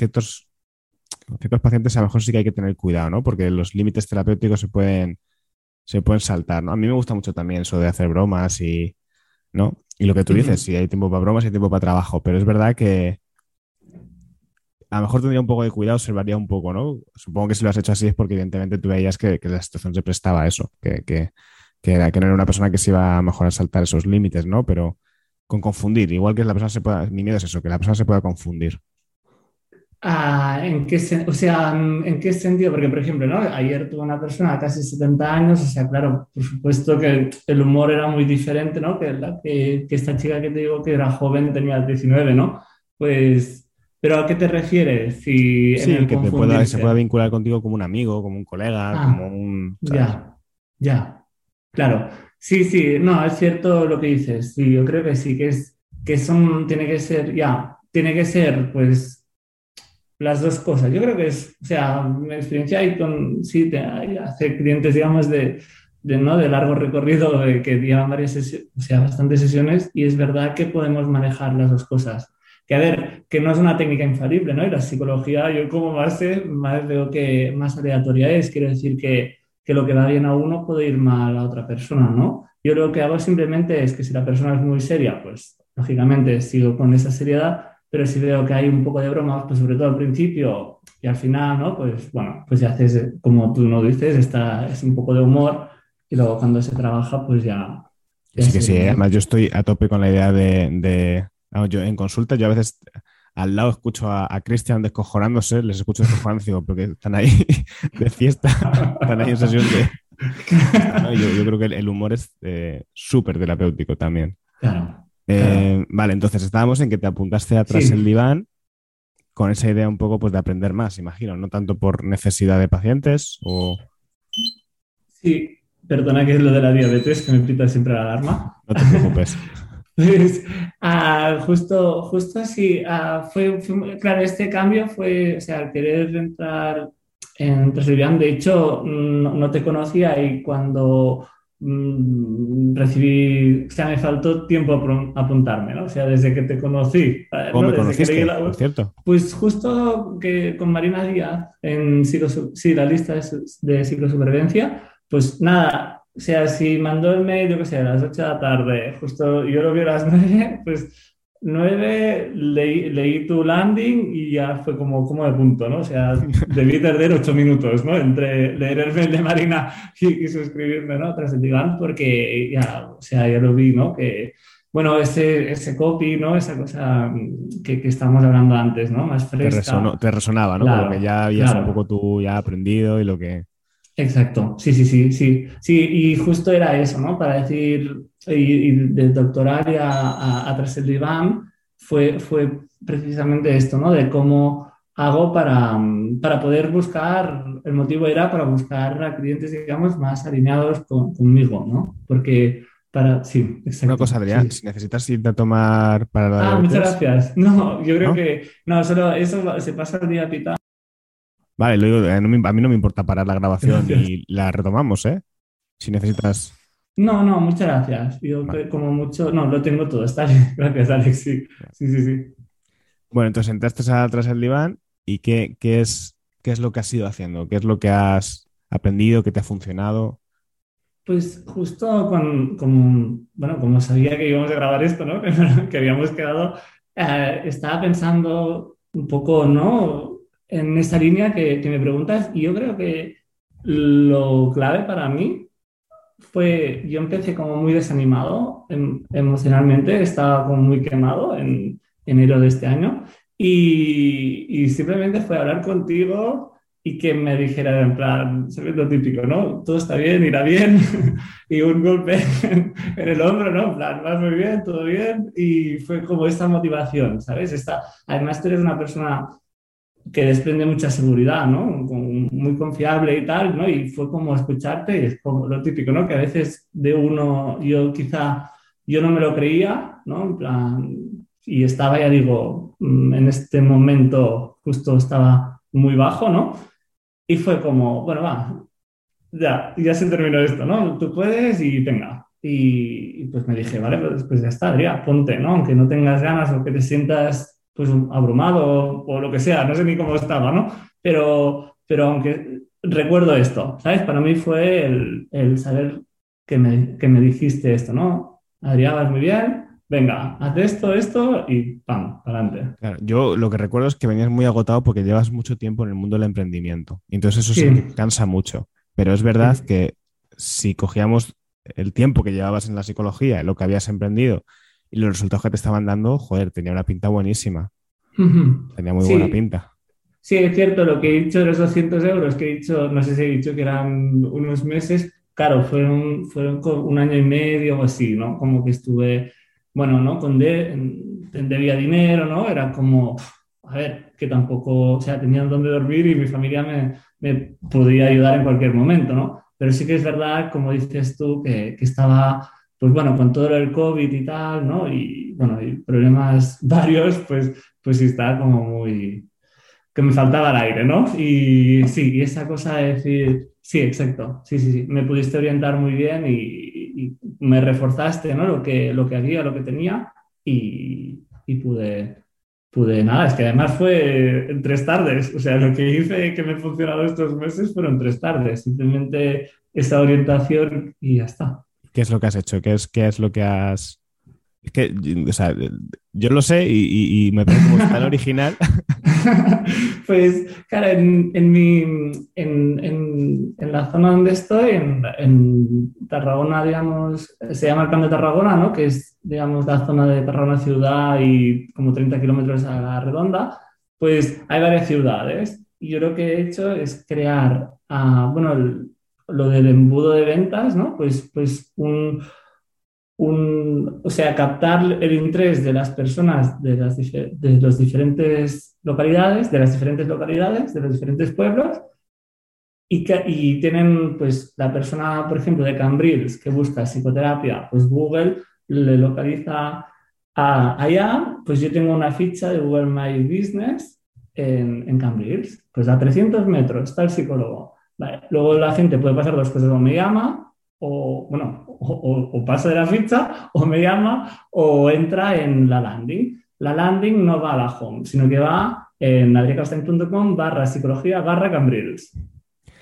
en ciertos pacientes a lo mejor sí que hay que tener cuidado, ¿no? Porque los límites terapéuticos se pueden saltar, ¿no? A mí me gusta mucho también eso de hacer bromas y, ¿no? Y lo que tú dices, si hay tiempo para bromas, hay tiempo para trabajo, pero es verdad que a lo mejor tendría un poco de cuidado, observaría un poco, ¿no? Supongo que si lo has hecho así es porque evidentemente tú veías que la situación se prestaba a eso, que no era una persona que se iba a lo mejor a saltar esos límites, ¿no? Pero con confundir, igual que la persona se pueda, mi miedo es eso, que la persona se pueda confundir. o sea, ¿en qué sentido? Porque, por ejemplo, ¿no? Ayer tuve una persona de casi 70 años, o sea, claro, por supuesto que el humor era muy diferente, ¿no? Que esta chica que te digo que era joven, tenía 19, ¿no? Pues, ¿pero a qué te refieres? Si en Sí, el se pueda confundirse. vincular contigo como un amigo, como un colega, como Ah, un, ¿sabes? ya, ya, claro. Sí, sí, no, es cierto lo que dices. Sí, yo creo que sí, que son, tiene que ser, ya, tiene que ser, pues las dos cosas. Yo creo que es, o sea, mi experiencia ahí con, sí, hay hace clientes, digamos, ¿no? De largo recorrido, que llevan varias sesiones, o sea, bastantes sesiones, y es verdad que podemos manejar las dos cosas. Que a ver, que no es una técnica infalible, ¿no? Y la psicología, yo como base, más veo que más aleatoria es, quiero decir que lo que va bien a uno puede ir mal a otra persona, ¿no? Yo lo que hago simplemente es que si la persona es muy seria, pues lógicamente sigo con esa seriedad, pero si veo que hay un poco de bromas, pues sobre todo al principio y al final, ¿no? Pues bueno, pues ya haces, como tú no dices, es un poco de humor y luego cuando se trabaja, pues ya, Que ya sí, que sí. sería, Además, ¿no? yo estoy a tope con la idea vamos, yo en consulta, yo a veces al lado escucho a Cristian descojonándose, les escucho descojonándose, digo, porque están ahí de fiesta, están ahí en sesión de esta, ¿no? Y yo creo que el humor es súper terapéutico también. Claro, claro. Vale, entonces estábamos en que te apuntaste atrás el Sí, diván con esa idea un poco pues de aprender más, imagino, no tanto por necesidad de pacientes o sí, perdona que es lo de la diabetes, que me pita siempre la alarma. no te preocupes. Pues, justo así, claro, este cambio fue, o sea, al querer entrar en Transilván, de hecho, no te conocía y cuando recibí, o sea, me faltó tiempo apuntarme, ¿no? O sea, desde que te conocí, ¿Cómo ¿no? me Desde que leí conociste, la por web, cierto? pues justo que con Marina Díaz en sí, la lista de psicosupervivencia, pues nada, o sea, si mandó el mail, yo qué sé, a las 8 de la tarde, justo yo lo vi a las 9, pues 9 leí tu landing y ya fue como de punto, ¿no? O sea, debí perder 8 minutos, ¿no? Entre leer el mail de Marina y suscribirme, ¿no? Tras el diván, porque ya, o sea, ya lo vi, ¿no? Que, bueno, ese copy, ¿no? Esa cosa que estábamos hablando antes, ¿no? Más fresca. Te resonaba, ¿no? Con lo que Claro, ya habías un poco claro. tú ya aprendido y lo que... Exacto, sí, sí, sí, sí, sí, y justo era eso, ¿no? Para decir, y del doctoral y a tras el diván fue precisamente esto, ¿no? De cómo hago para poder buscar, el motivo era para buscar a clientes, digamos, más alineados conmigo, ¿no? Porque sí, Una cosa, exacto, Adrián, sí. si necesitas irte a tomar para la Ah, muchas diabetes, gracias. No, yo creo ¿no? que, no, solo eso se pasa el día pitando. Vale, lo digo, a mí no me importa parar la grabación Gracias. y la retomamos, ¿eh? Si necesitas... No, no, muchas gracias. Yo Vale. como mucho, no, lo tengo todo, está bien. Gracias, Alex. Sí, sí, sí, sí. Bueno, entonces entraste tras el diván y qué es lo que has ido haciendo? ¿Qué es lo que has aprendido? ¿Qué te ha funcionado? Pues justo bueno, como sabía que íbamos a grabar esto, ¿no? Que habíamos quedado, estaba pensando un poco, ¿no? En esa línea que me preguntas, y yo creo que lo clave para mí yo empecé como muy desanimado emocionalmente, estaba como muy quemado en enero de este año y simplemente fue hablar contigo y que me dijera en plan, ¿sabes lo típico, no? Todo está bien, irá bien y un golpe en el hombro, ¿no? En plan, vas muy bien, todo bien y fue como esta motivación, ¿sabes? Además, tú eres una persona que desprende mucha seguridad, ¿no? Muy confiable y tal, ¿no? Y fue como escucharte y es como lo típico, ¿no? Que a veces de uno, yo no me lo creía, ¿no? En plan, y estaba, ya digo, en este momento justo estaba muy bajo, ¿no? Y fue como, bueno, va, ya se terminó esto, ¿no? Tú puedes y venga. Y pues me dije, vale, pues ya está, Adrián, ponte, ¿no? Aunque no tengas ganas o que te sientas pues abrumado o lo que sea, no sé ni cómo estaba, ¿no? Pero aunque recuerdo esto, ¿sabes? Para mí fue el saber que me dijiste esto, ¿no? Adrián, vas muy bien, venga, haz esto y ¡pam! Para adelante. Claro, yo lo que recuerdo es que venías muy agotado porque llevas mucho tiempo en el mundo del emprendimiento. Y entonces eso sí que Sí, cansa mucho. Pero es verdad sí. que si cogíamos el tiempo que llevabas en la psicología, lo que habías emprendido y los resultados que te estaban dando, joder, tenía una pinta buenísima. Tenía muy buena Sí, pinta. sí, es cierto, lo que he dicho de los 200 euros, que he dicho, no sé si he dicho que eran unos meses, claro, fueron un año y medio o así, ¿no? Como que estuve, bueno, ¿no? Debía dinero, ¿no? Era como, a ver, que tampoco, o sea, tenían dónde dormir y mi familia me podía ayudar en cualquier momento, ¿no? Pero sí que es verdad, como dices tú, que estaba, pues bueno, con todo lo del COVID y tal, ¿no? Y bueno, y problemas varios, pues sí, estaba como muy que me faltaba el aire, ¿no? Y sí, y esa cosa de decir, sí, exacto, sí, sí, sí, me pudiste orientar muy bien y me reforzaste, ¿no? Lo que había, lo que tenía y nada, es que además fue en 3 tardes, o sea, lo que hice que me ha funcionado estos meses fueron 3 tardes, simplemente esa orientación y ya está. ¿Qué es lo que has hecho? Qué es lo que has...? Es que, o sea, yo lo sé y me parece como tan original. Pues, claro, en la zona donde estoy, en Tarragona, digamos, se llama el Camp de Tarragona, ¿no? Que es, digamos, la zona de Tarragona ciudad y como 30 kilómetros a la redonda, pues hay varias ciudades. Y yo lo que he hecho es crear, bueno, lo del embudo de ventas, ¿no? Pues o sea, captar el interés de las personas de las diferentes localidades, de los diferentes pueblos, y tienen, pues, la persona, por ejemplo, de Cambrils que busca psicoterapia, pues Google le localiza allá, pues yo tengo una ficha de Google My Business en Cambrils, pues a 300 metros está el psicólogo. Vale. Luego la gente puede pasar dos cosas, o me llama, o bueno, o pasa de la ficha, o me llama, o entra en la landing. La landing no va a la home, sino que va en adriancastain.com/psicología/Cambrils.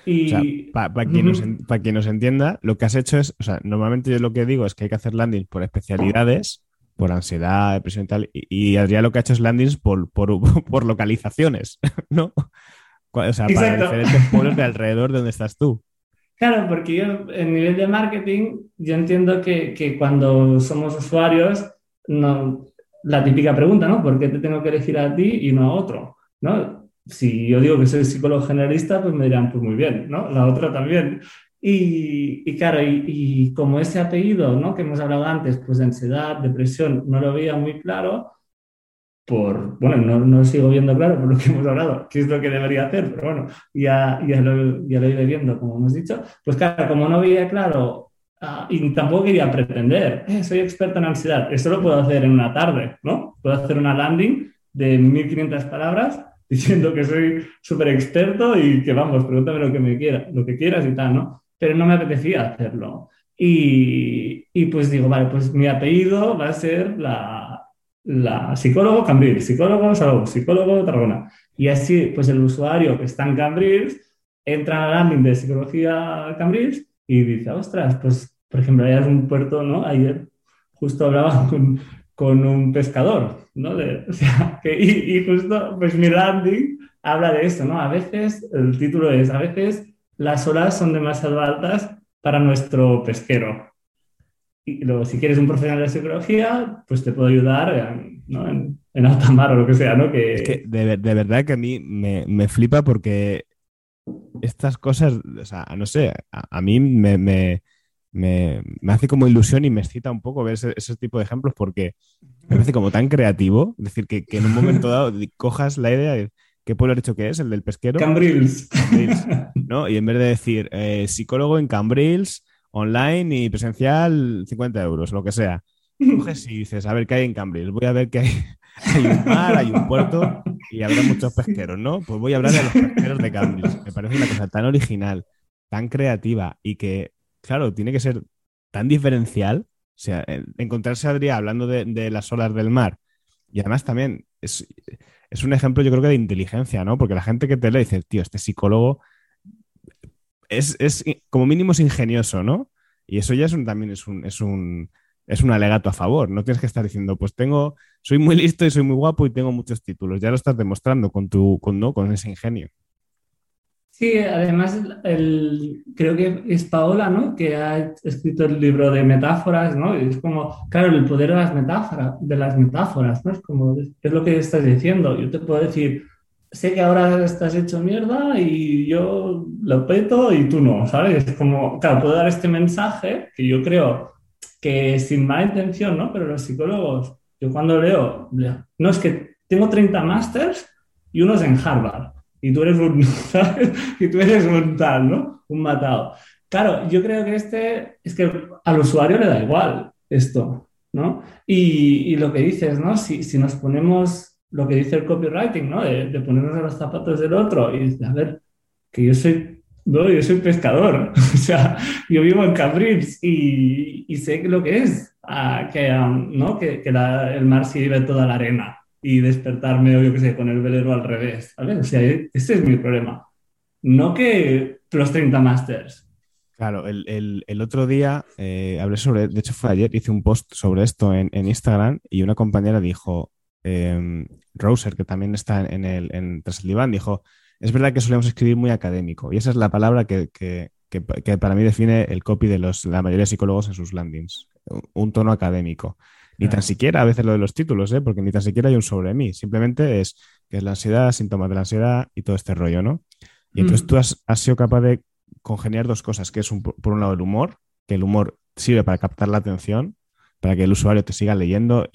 O sea, Y para quien pa quien nos entienda, lo que has hecho es, o sea, normalmente yo lo que digo es que hay que hacer landings por especialidades, por ansiedad, depresión y tal, y Adrián lo que ha hecho es landings por localizaciones, ¿no? O sea, para exacto. diferentes pueblos de alrededor de donde estás tú. Claro, porque yo, en nivel de marketing, yo entiendo que cuando somos usuarios, no, la típica pregunta, ¿no? ¿Por qué te tengo que elegir a ti y no a otro? ¿No? Si yo digo que soy psicólogo generalista, pues me dirán, pues muy bien, ¿no? La otra también. Y claro, y como ese apellido, ¿no? Que hemos hablado antes, pues de ansiedad, depresión, no lo veía muy claro, bueno, no sigo viendo claro por lo que hemos hablado, qué es lo que debería hacer, pero bueno, ya lo iré viendo, como hemos dicho. Pues claro, como no veía claro, y tampoco quería pretender, soy experta en ansiedad, eso lo puedo hacer en una tarde, ¿no? Puedo hacer una landing de 1500 palabras diciendo que soy súper experto y que vamos, pregúntame lo que quieras y tal, ¿no? Pero no me apetecía hacerlo. Y pues digo, vale, pues mi apellido va a ser la psicólogo Cambrils, psicólogo Salou, psicólogo Tarragona. Y así, pues el usuario que está en Cambrils entra a la landing de psicología Cambrils y dice, ostras, pues por ejemplo, allá es un puerto, ¿no? Ayer justo hablaba con un pescador, ¿no? O sea, y justo, pues mi landing habla de eso, ¿no? A veces, el título es, a veces las olas son demasiado altas para nuestro pesquero. Y luego, si quieres un profesional de psicología, pues te puedo ayudar ¿no? en alta mar o lo que sea, ¿no? Es que Que de verdad que a mí me flipa porque estas cosas, o sea, no sé, a mí me hace como ilusión y me excita un poco ver ese tipo de ejemplos porque me parece como tan creativo, es decir, que en un momento dado cojas la idea de qué pueblo has dicho que es, el del pesquero, Cambrils. Cambrils, ¿no? Y en vez de decir psicólogo en Cambrils, online y presencial, 50 euros, lo que sea, coges y dices, a ver qué hay en Cambrils, voy a ver qué hay, hay un mar, hay un puerto y habrá muchos pesqueros, ¿no? Pues voy a hablar de los pesqueros de Cambrils. Me parece una cosa tan original, tan creativa y que, claro, tiene que ser tan diferencial. O sea, encontrarse a Adrián hablando de las olas del mar y además también es un ejemplo, yo creo que de inteligencia, ¿no? Porque la gente que te lee dice, tío, este psicólogo es como mínimo es ingenioso, ¿no? Y eso ya también es un alegato a favor. No tienes que estar diciendo, pues soy muy listo y soy muy guapo y tengo muchos títulos. Ya lo estás demostrando ¿no? Con ese ingenio. Sí, además creo que es Paola, ¿no? Que ha escrito el libro de metáforas, ¿no? Y es como, claro, el poder de las metáforas, ¿no? Es como, es lo que estás diciendo. Yo te puedo decir, sé que ahora estás hecho mierda y yo lo peto y tú no, ¿sabes? Es como, claro, puedo dar este mensaje que yo creo que sin mala intención, ¿no? Pero los psicólogos, yo cuando leo, no, es que tengo 30 másters y unos en Harvard y tú eres un, ¿sabes? Y tú eres un tal, ¿no? Un matado. Claro, yo creo que es que al usuario le da igual esto, ¿no? Y lo que dices, ¿no? Si nos ponemos lo que dice el copywriting, ¿no? De ponernos a los zapatos del otro y decir, a ver, que yo soy pescador, o sea, yo vivo en Cambrils y sé lo que es, ¿no? Que el mar se lleve toda la arena y despertarme, o yo qué sé, con el velero al revés, ¿sabes? O sea, ese es mi problema. No que los 30 masters. Claro, el otro día hablé de hecho fue ayer, hice un post sobre esto en Instagram y una compañera dijo, Roser, que también está tras el diván, dijo, es verdad que solemos escribir muy académico y esa es la palabra que para mí define el copy de la mayoría de psicólogos en sus landings, un tono académico. Ni tan Claro. siquiera a veces lo de los títulos, porque ni tan siquiera hay un sobre mí, simplemente es que es la ansiedad, síntomas de la ansiedad y todo este rollo, ¿no? Y entonces tú Mm. has sido capaz de congeniar dos cosas, que es por un lado el humor, que el humor sirve para captar la atención, para que el usuario te siga leyendo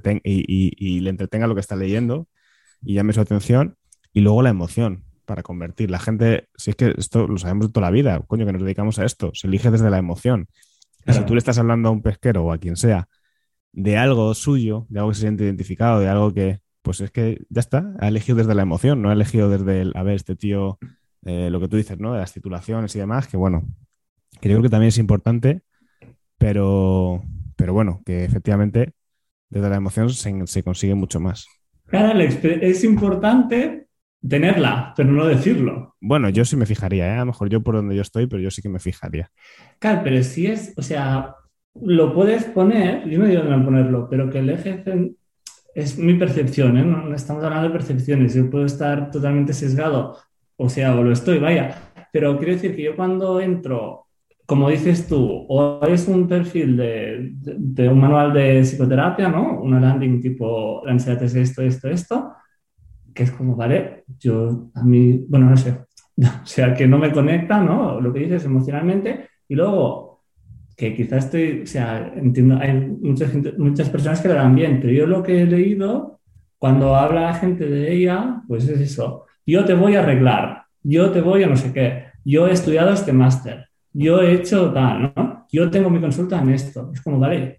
y le entretenga lo que está leyendo y llame su atención, y luego la emoción para convertir. La gente, si es que esto lo sabemos de toda la vida, coño, que nos dedicamos a esto, se elige desde la emoción. Y si tú le Claro. estás hablando a un pesquero o a quien sea de algo suyo, de algo que se siente identificado, de algo que, pues es que ya está, ha elegido desde la emoción, no ha elegido desde a ver, este tío, lo que tú dices, ¿no? De las titulaciones y demás, que bueno, que yo creo que también es importante, pero, pero bueno, que efectivamente desde la emoción se consigue mucho más. Claro, es importante, tenerla, pero no decirlo. Bueno, yo sí me fijaría, ¿eh? A lo mejor yo por donde yo estoy, pero yo sí que me fijaría. Claro, pero si es, o sea, lo puedes poner, yo no digo no ponerlo, pero que el eje es mi percepción, ¿eh? No estamos hablando de percepciones, yo puedo estar totalmente sesgado, o sea, o lo estoy, vaya, pero quiero decir que yo cuando entro, como dices tú, o es un perfil de un manual de psicoterapia, ¿no? Una landing tipo, la ansiedad es esto, esto, esto, que es como, vale, yo a mí, bueno, no sé, o sea, que no me conecta, ¿no? Lo que dices emocionalmente, y luego que quizás estoy, o sea, entiendo, hay muchas personas que lo harán bien, pero yo lo que he leído, cuando habla la gente de ella, pues es eso, yo te voy a arreglar, yo te voy a no sé qué, yo he estudiado este máster, yo he hecho tal, ¿no? Yo tengo mi consulta en esto. Es como, vale,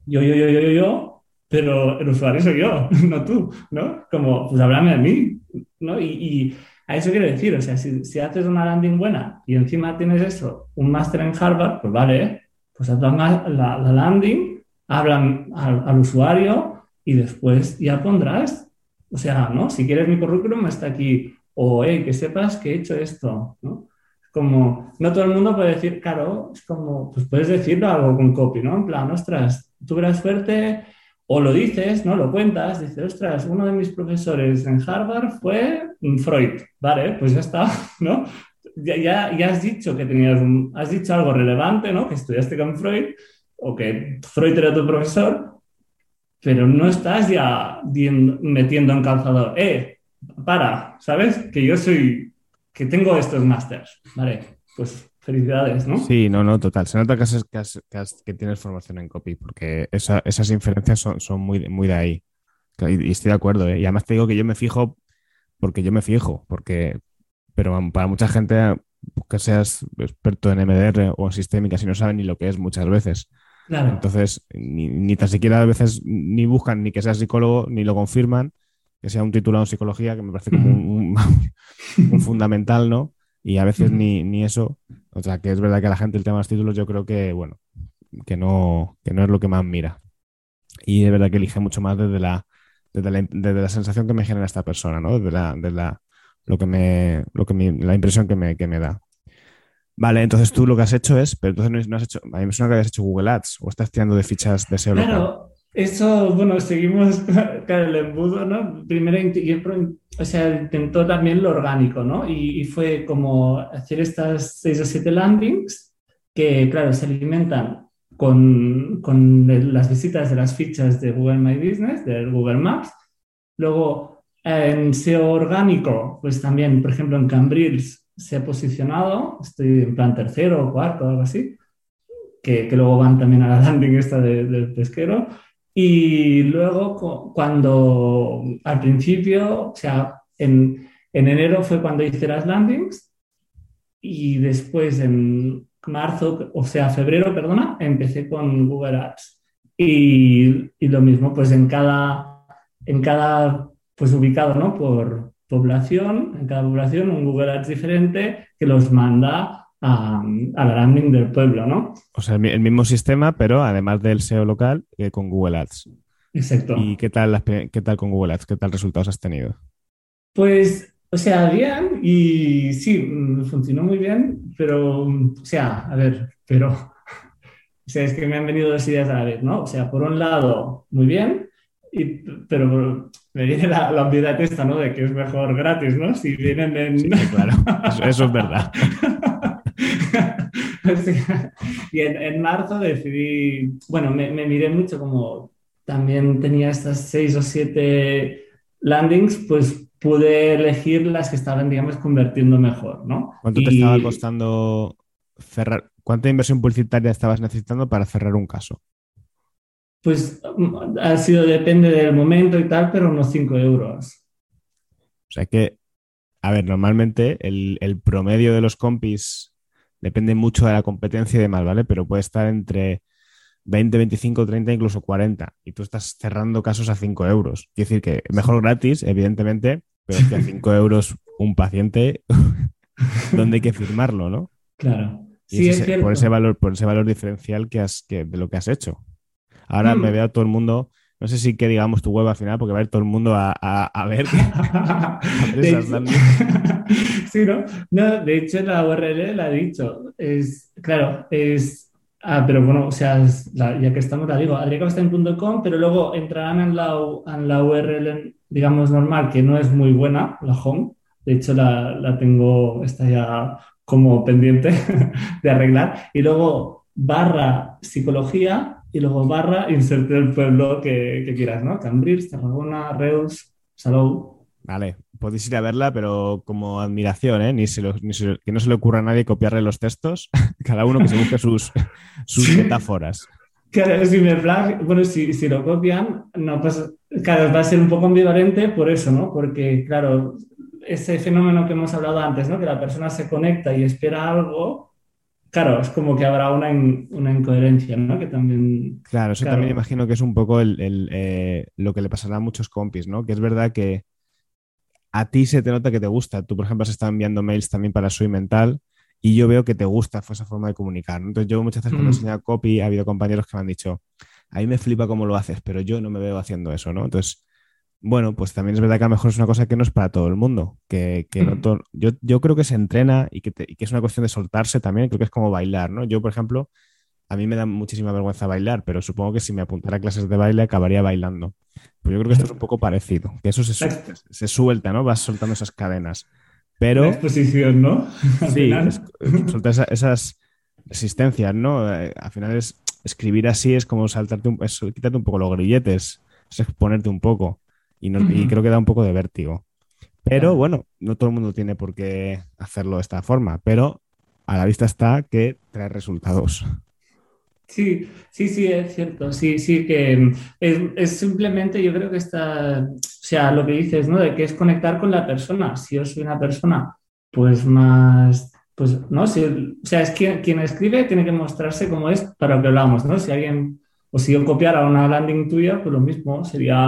yo, pero el usuario soy yo, no tú, ¿no? Como, pues háblame a mí, ¿no? Y a eso quiero decir, o sea, si haces una landing buena y encima tienes eso, un máster en Harvard, pues vale, ¿eh? Pues haz la landing, hablan al usuario y después ya pondrás, o sea, ¿no? Si quieres mi currículum está aquí, o hey, que sepas que he hecho esto, ¿no? Como, no todo el mundo puede decir, claro, es como, pues puedes decirlo algo con copy, ¿no? En plan, ostras, tuve la suerte, o lo dices, ¿no? Lo cuentas, dices, ostras, uno de mis profesores en Harvard fue Freud, vale, pues ya está, ¿no? Ya has dicho que has dicho algo relevante, ¿no? Que estudiaste con Freud o que Freud era tu profesor, pero no estás ya metiendo en calzador, ¿sabes? Que yo soy, que tengo estos másters, ¿vale? Pues felicidades, ¿no? Sí, no, no, total. Se nota que tienes formación en copy, porque esas inferencias son muy de ahí. Y estoy de acuerdo, ¿eh? Y además te digo que yo me fijo porque yo me fijo, pero para mucha gente, que seas experto en MDR o en sistémica, si no saben ni lo que es muchas veces. Claro. Entonces, ni tan siquiera a veces ni buscan ni que sea psicólogo, ni lo confirman, que sea un titulado en psicología, que me parece como un fundamental, ¿no? Y a veces ni eso. O sea, que es verdad que a la gente el tema de los títulos yo creo que, bueno, que no es lo que más mira. Y es verdad que elige mucho más desde la sensación que me genera esta persona, ¿no? La impresión que me da. Vale, entonces tú lo que has hecho pero entonces no has hecho, a mí me suena que habías hecho Google Ads o estás tirando de fichas de SEO local. Claro, eso, bueno, seguimos claro, el embudo, ¿no? Primero, o sea, intentó también lo orgánico, ¿no? Y fue como hacer estas 6 o 7 landings que, claro, se alimentan con las visitas de las fichas de Google My Business, de Google Maps. Luego, en SEO orgánico, pues también, por ejemplo, en Cambrils se ha posicionado, estoy en plan tercero o cuarto, algo así que luego van también a la landing esta del pesquero. Y luego, cuando al principio, o sea, en enero fue cuando hice las landings y después en marzo, o sea, febrero, perdona, empecé con Google Ads. Y lo mismo, pues en cada, pues ubicado, ¿no? Por población, en cada población un Google Ads diferente que los manda a la landing del pueblo, ¿no? O sea, el mismo sistema, pero además del SEO local, con Google Ads. ¿Y Exacto. qué tal con Google Ads? ¿Qué tal resultados has tenido? Pues, o sea, bien y sí, funcionó muy bien, pero, o sea, a ver, pero, o sea, es que me han venido dos ideas a la vez, ¿no? O sea, por un lado, muy bien, pero me viene la obviedad esta, ¿no? De que es mejor gratis, ¿no? Si vienen Sí, en... claro, eso es verdad. O sea, y en marzo decidí, bueno, me miré mucho como también tenía estas 6 o 7 landings, pues pude elegir las que estaban, digamos, convirtiendo mejor, ¿no? ¿Cuánto te estaba Y costando cerrar? ¿Cuánta inversión publicitaria estabas necesitando para cerrar un caso? pues ha sido, depende del momento y tal, pero unos 5 euros. O sea que, a ver, normalmente el promedio de los compis depende mucho de la competencia y demás, ¿vale? Pero puede estar entre 20, 25, 30, incluso 40. Y tú estás cerrando casos a 5 euros. Quiere decir que mejor gratis, evidentemente, pero es que a 5 euros un paciente, ¿dónde hay que firmarlo, no? Claro, Y es sí es por ese cierto. valor diferencial de lo que has hecho. Ahora me Hmm, veo a todo el mundo. No sé si que digamos tu web al final, porque va a ir todo el mundo a ver, a ver De esas hecho, landings. sí, ¿no? No, de hecho la URL la he dicho. Es, claro, es... Ah, pero bueno, o sea, ya que estamos, la digo, adriacabestein.com, pero luego entrarán en la URL, digamos, normal, que no es muy buena, la home. De hecho, la tengo, está ya como pendiente de arreglar. Y luego barra psicología y luego barra inserte el pueblo que quieras, ¿no? Cambrils, Tarragona, Reus, Salou. Vale, podéis ir a verla, pero como admiración, ¿eh? Que no se le ocurra a nadie copiarle los textos, cada uno que se busque sus Sí. metáforas. Claro, si me bueno, si lo copian, no pasa, claro, va a ser un poco ambivalente por eso, ¿no? Porque, claro, ese fenómeno que hemos hablado antes, ¿no? Que la persona se conecta y espera algo, claro, es como que habrá una incoherencia, ¿no? Que también, Claro, eso también claro. imagino que es un poco lo que le pasará a muchos compis, ¿no? Que es verdad que a ti se te nota que te gusta. Tú, por ejemplo, has estado enviando mails también para Soy Mental y yo veo que te gusta esa forma de comunicar, ¿no? Entonces, yo muchas veces cuando he Mm, enseñado copy, ha habido compañeros que me han dicho, a mí me flipa cómo lo haces, pero yo no me veo haciendo eso, ¿no? Entonces, bueno, pues también es verdad que a lo mejor es una cosa que no es para todo el mundo, que no mm, todo, yo creo que se entrena y que es una cuestión de soltarse también, creo que es como bailar, ¿no? Yo, por ejemplo, a mí me da muchísima vergüenza bailar, pero supongo que si me apuntara a clases de baile acabaría bailando. Pues yo creo que esto es un poco parecido, que eso la, ex- se suelta, ¿no? Vas soltando esas cadenas. la Pero exposición, ¿no? Al sí, final. soltar esas resistencias, ¿no? Al final es escribir así es como quitarte un poco los grilletes, es exponerte un poco. Y creo que da un poco de vértigo. Pero Claro. bueno, no todo el mundo tiene por qué hacerlo de esta forma, pero a la vista está que trae resultados. Sí, sí, sí, es cierto. Sí, sí, que es simplemente, yo creo que está, o sea, lo que dices, ¿no? De que es conectar con la persona. Si yo soy una persona, pues más, pues, ¿no? Si, o sea, es quien escribe tiene que mostrarse como es para lo que hablamos, ¿no? Si alguien, o si yo copiara una landing tuya, pues lo mismo,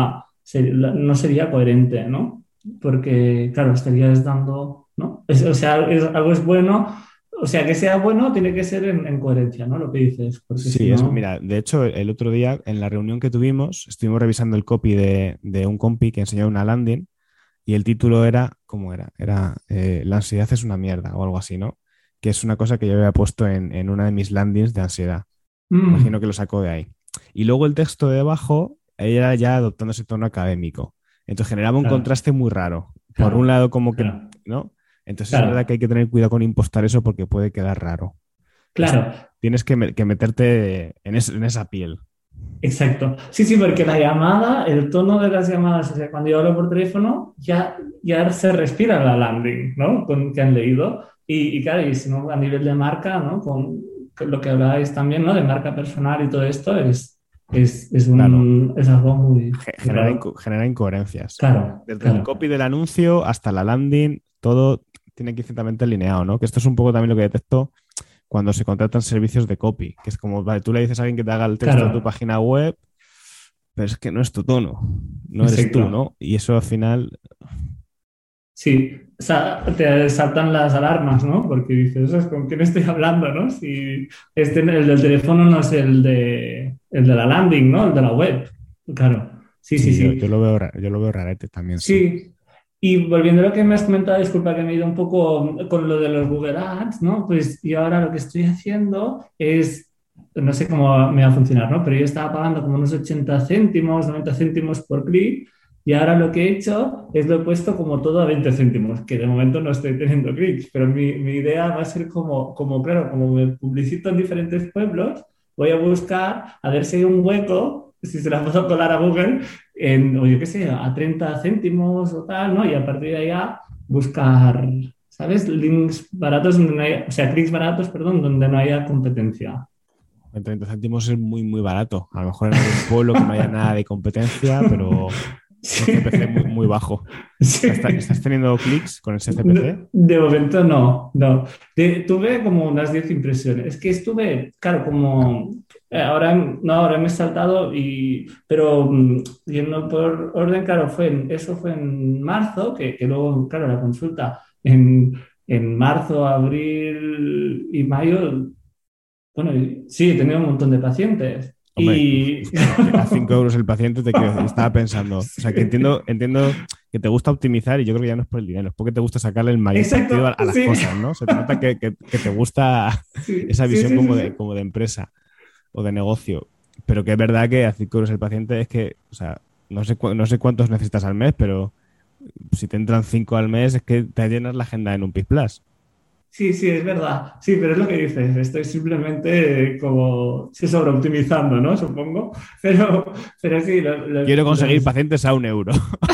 no sería coherente, ¿no? Porque, claro, estarías dando, ¿no? O sea, algo es bueno. O sea, que sea bueno tiene que ser en coherencia, ¿no? Lo que dices, porque si Sí, eso, no... mira, de hecho, el otro día en la reunión que tuvimos, estuvimos revisando el copy de un compi que enseñó una landing y el título era, ¿cómo era? Era La ansiedad es una mierda o algo así, ¿no? Que es una cosa que yo había puesto en una de mis landings de ansiedad. Imagino Mm, que lo sacó de ahí. Y luego el texto de abajo era ya adoptando ese tono académico. Entonces generaba un claro, contraste muy raro. Por un claro, lado, como que, claro, ¿no? Entonces es verdad que claro, hay que tener cuidado con impostar eso porque puede quedar raro. Entonces claro, tienes que meterte en esa piel. exacto. Sí, sí, porque la llamada, el tono de las llamadas, o sea, cuando yo hablo por teléfono, ya se respira la landing, ¿no? Que han leído. Y claro, y si no, a nivel de marca, ¿no? Con lo que habláis también, ¿no? De marca personal y todo esto, Claro, es algo muy, muy genera, raro. genera incoherencias. Claro, Desde el claro, copy del anuncio hasta la landing, todo tiene que ir ciertamente alineado, ¿no? Que esto es un poco también lo que detecto cuando se contratan servicios de copy, que es como, vale, tú le dices a alguien que te haga el texto de tu claro, página web, pero es que no es tu tono, no eres tú, exacto. ¿no? Y eso al final, Sí, te saltan las alarmas, ¿no? Porque dices, "Ostras, ¿con quién estoy hablando, no? Si el del teléfono no es el de la landing, ¿no? El de la web. Claro, sí, sí, sí, yo, sí. yo lo veo, yo lo veo rarete también, sí. Sí. Y volviendo a lo que me has comentado, disculpa que me he ido un poco con lo de los Google Ads, ¿no? Pues yo ahora lo que estoy haciendo es, no sé cómo me va a funcionar, ¿no? Pero yo estaba pagando como unos 80 céntimos, 90 céntimos por clic y ahora lo que he hecho es lo he puesto como todo a 20 céntimos, que de momento no estoy teniendo clics, pero mi idea va a ser claro, como me publicito en diferentes pueblos, voy a buscar a ver si hay un hueco, si se la puedo colar a Google o yo qué sé, a 30 céntimos o tal, ¿no? Y a partir de allá buscar, ¿sabes? Links baratos donde no haya, o sea, clics baratos, perdón, donde no haya competencia. En 30 céntimos es muy, muy barato. A lo mejor en algún pueblo que no haya nada de competencia, pero un Sí, CPC muy, muy bajo. ¿Estás sí. teniendo clics con ese CPC? De momento no, no. Tuve como unas 10 impresiones. Es que estuve, claro, como no, ahora me he saltado pero yendo por orden, claro, eso fue en marzo, que luego, claro, la consulta en marzo, abril y mayo, bueno, sí, he tenido un montón de pacientes. Hombre, Y a 5 euros el paciente estaba pensando. O sea, que entiendo que te gusta optimizar y yo creo que ya no es por el dinero, es porque te gusta sacarle el mayor partido exacto, a las sí, cosas, ¿no? Se te nota que te gusta sí, esa sí, visión sí, sí, como sí. de empresa o de negocio. Pero que es verdad que a 5 euros el paciente es que, o sea, no sé cuántos necesitas al mes, pero si te entran 5 al mes es que te llenas la agenda en un PIS Plus. Sí, sí, es verdad. Sí, pero es lo que dices. Estoy simplemente como sí, sobreoptimizando, ¿no? Supongo. Pero sí, Quiero conseguir pacientes a 1 euro.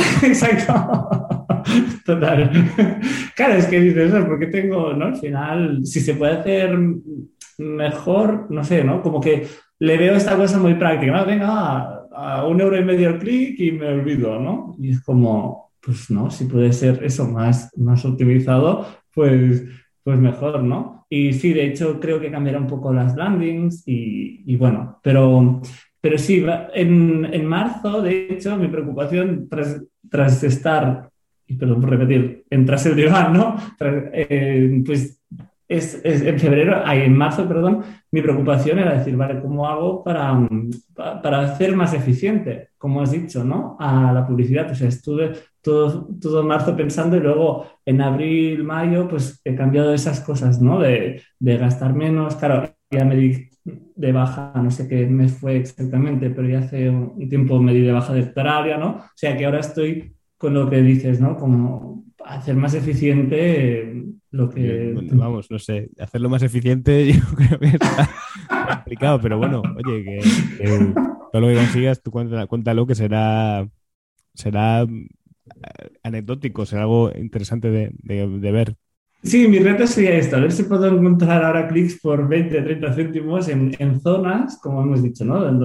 exacto. Total. Claro, es que dices, ¿no? Porque tengo, ¿no? Al final, si se puede hacer mejor, no sé, ¿no? Como que le veo esta cosa muy práctica, ¿no? Venga, a 1,5 € el clic y me olvido, ¿no? Y es como, pues no, si puede ser eso más optimizado, pues, pues mejor, ¿no? Y sí, de hecho, creo que cambiará un poco las landings y bueno, pero sí, en marzo, de hecho, mi preocupación tras estar, y perdón por repetir, en tras el diván, ¿no? Pues en febrero, ay, en marzo, perdón, mi preocupación era decir, vale, ¿cómo hago para hacer más eficiente, como has dicho, ¿no? A la publicidad. O sea, estuve todo marzo pensando y luego en abril, mayo, pues he cambiado esas cosas, ¿no? De gastar menos. Claro, ya me di de baja, no sé qué mes fue exactamente, pero ya hace un tiempo me di de baja de Optaralia, ¿no? O sea que ahora estoy con lo que dices, ¿no? Como hacer más eficiente lo que... Bueno, vamos, no sé, hacerlo más eficiente yo creo que está complicado, pero bueno, oye, que todo lo que consigas, tú cuéntalo que será anecdótico, será algo interesante de ver. Sí, mi reto sería esto, a ver si puedo encontrar ahora clics por 20, 30 céntimos en zonas, como hemos dicho, ¿no? En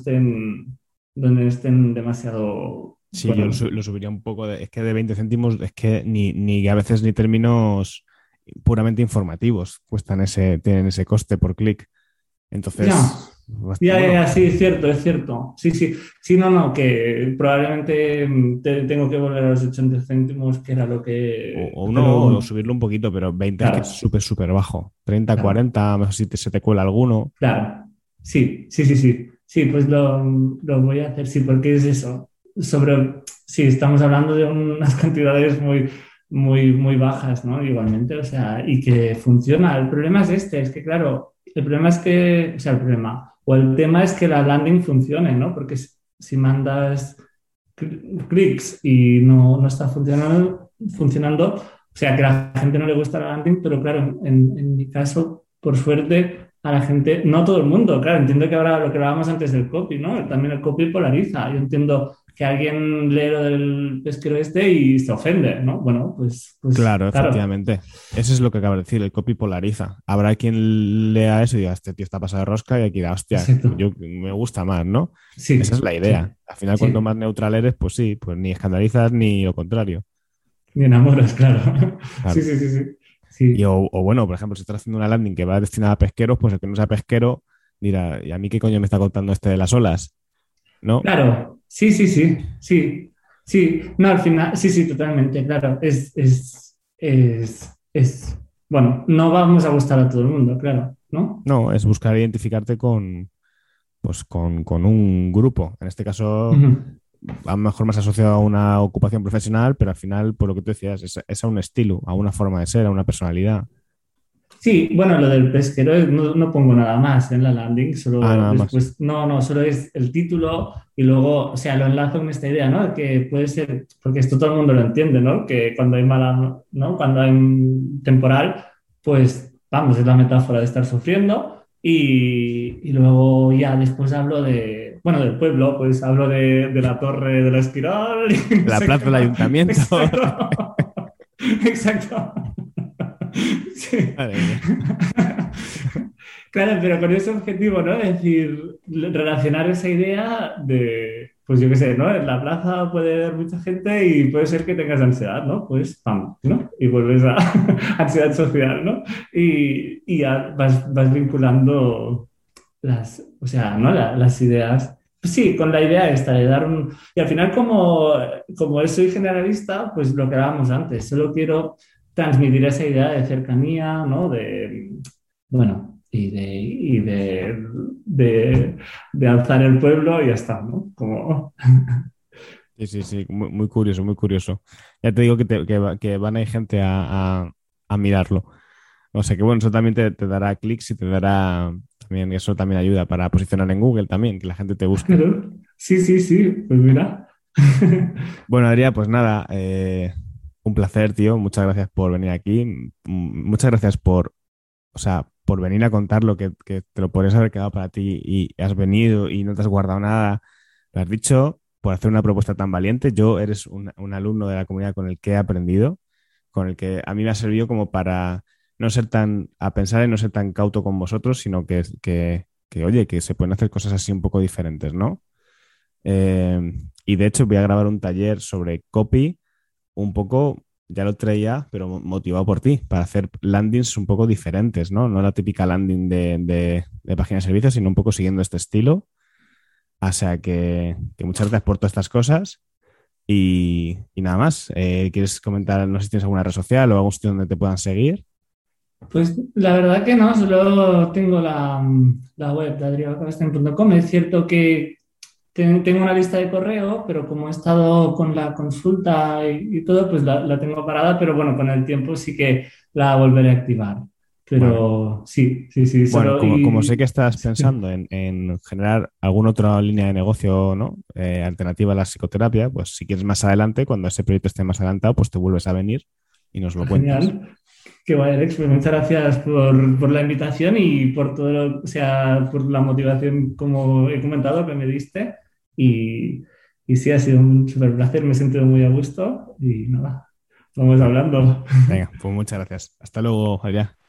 donde estén demasiado, Sí, yo bueno, lo subiría un poco, es que de 20 céntimos, es que ni a veces ni términos puramente informativos tienen ese coste por clic. ya, Entonces, ya, bueno, sí, es cierto, es cierto. Sí, sí, sí, no, no, que probablemente tengo que volver a los 80 céntimos, que era lo que, o pero no, o bueno, subirlo un poquito, pero 20 es que es claro, súper, súper bajo. 30, claro. 40, mejor si se te cuela alguno. Claro, sí, sí, sí, sí. Sí, pues lo voy a hacer, sí, porque es eso. Sí, estamos hablando de unas cantidades muy bajas, ¿no? Igualmente, o sea, y que funciona. El problema es este, es que, claro, el problema es que, o sea, el problema, o el tema es que la landing funcione, ¿no? Porque si mandas clics y no está funcionando, o sea, que a la gente no le gusta la landing, pero claro, en mi caso, por suerte, a la gente, no todo el mundo, claro, entiendo que ahora lo que hablábamos antes del copy, ¿no? También el copy polariza. Yo entiendo que alguien lee lo del pesquero este y se ofende, ¿no? Bueno, pues Claro, claro, efectivamente. Eso es lo que acaba de decir, el copy polariza. Habrá quien lea eso y diga, este tío está pasado de rosca y aquí dirá, hostia, exacto. yo me gusta más, ¿no? Esa es Sí, la sí, idea. Al final, cuanto sí. más neutral eres, pues sí, pues ni escandalizas ni lo contrario. Me enamoras, claro. Sí, Claro. sí, sí, sí. Y Sí, o bueno, por ejemplo, si estás haciendo una landing que va destinada a pesqueros, pues el que no sea pesquero dirá, ¿y a mí qué coño me está contando este de las olas? ¿No? claro, sí, sí, sí, sí, sí, no, al final, sí, sí, totalmente, claro, bueno, no vamos a gustar a todo el mundo, claro, ¿no? No, es buscar identificarte pues con un grupo. En este caso, Ujú. a lo mejor más asociado a una ocupación profesional, pero al final, por lo que tú decías, es a un estilo, a una forma de ser, a una personalidad. Sí, bueno, lo del pesquero no pongo nada más en la landing, Ah, solo nada más. después, no, solo es el título y luego, o sea, lo enlazo con esta idea, ¿no? Que puede ser, porque esto todo el mundo lo entiende, ¿no? Que cuando hay mala, ¿no? Cuando hay un temporal, pues, vamos, es la metáfora de estar sufriendo y luego ya después hablo bueno, del pueblo, pues hablo de la torre de la espiral y no La sé plaza qué del más. ayuntamiento. Exacto. Exacto. Sí. Madre mía. Claro, pero con ese objetivo, ¿no? Es decir, relacionar esa idea de, pues yo qué sé, ¿no? En la plaza puede haber mucha gente y puede ser que tengas ansiedad, ¿no? Pues, pam, ¿no? Y vuelves a ansiedad social, ¿no? Y ya vas vinculando o sea, ¿no? Las ideas. Pues sí, con la idea esta de dar un... Y al final, como soy generalista, pues lo que hablábamos antes, solo quiero transmitir esa idea de cercanía, ¿no? De, bueno, y de alzar el pueblo y ya está, ¿no? Como... Sí, sí, sí, muy, muy curioso, muy curioso. Ya te digo que van a ir gente a mirarlo. O sea que bueno, eso también te dará clics y te dará también, eso también ayuda para posicionar en Google también, que la gente te busque. Pero, sí, sí, sí, pues mira. Bueno, Adrián, pues nada, un placer, tío. Muchas gracias por venir aquí. Muchas gracias o sea, por venir a contar lo que te lo podrías haber quedado para ti y has venido y no te has guardado nada. Lo has dicho por hacer una propuesta tan valiente. Yo eres un alumno de la comunidad con el que he aprendido, con el que a mí me ha servido como para no ser a pensar en no ser tan cauto con vosotros, sino oye, que se pueden hacer cosas así un poco diferentes, ¿no? Y de hecho voy a grabar un taller sobre copy, un poco, ya lo traía, pero motivado por ti, para hacer landings un poco diferentes, ¿no? No la típica landing de página de servicios, sino un poco siguiendo este estilo. O sea que muchas gracias por todas estas cosas y nada más. ¿Quieres comentar, no sé si tienes alguna red social o algún sitio donde te puedan seguir? Pues la verdad que no, solo tengo la web de adriabacabesten.com. Es cierto que tengo una lista de correo, pero como he estado con la consulta y todo, pues la tengo parada, pero bueno, con el tiempo sí que la volveré a activar. Bueno, Pero sí, sí, sí, bueno, solo como sé que y... estás pensando en generar alguna otra línea de negocio, ¿no? Alternativa a la psicoterapia, pues si quieres más adelante, cuando ese proyecto esté más adelantado, pues te vuelves a venir y nos lo cuentas. Genial. Qué guay, Alex. Pues muchas gracias por la invitación y por todo, o sea, por la motivación, como he comentado, que me diste. Y, y sí, ha sido un súper placer. Me he sentido muy a gusto y nada, vamos hablando. Venga, pues muchas gracias. Hasta luego, Adrián.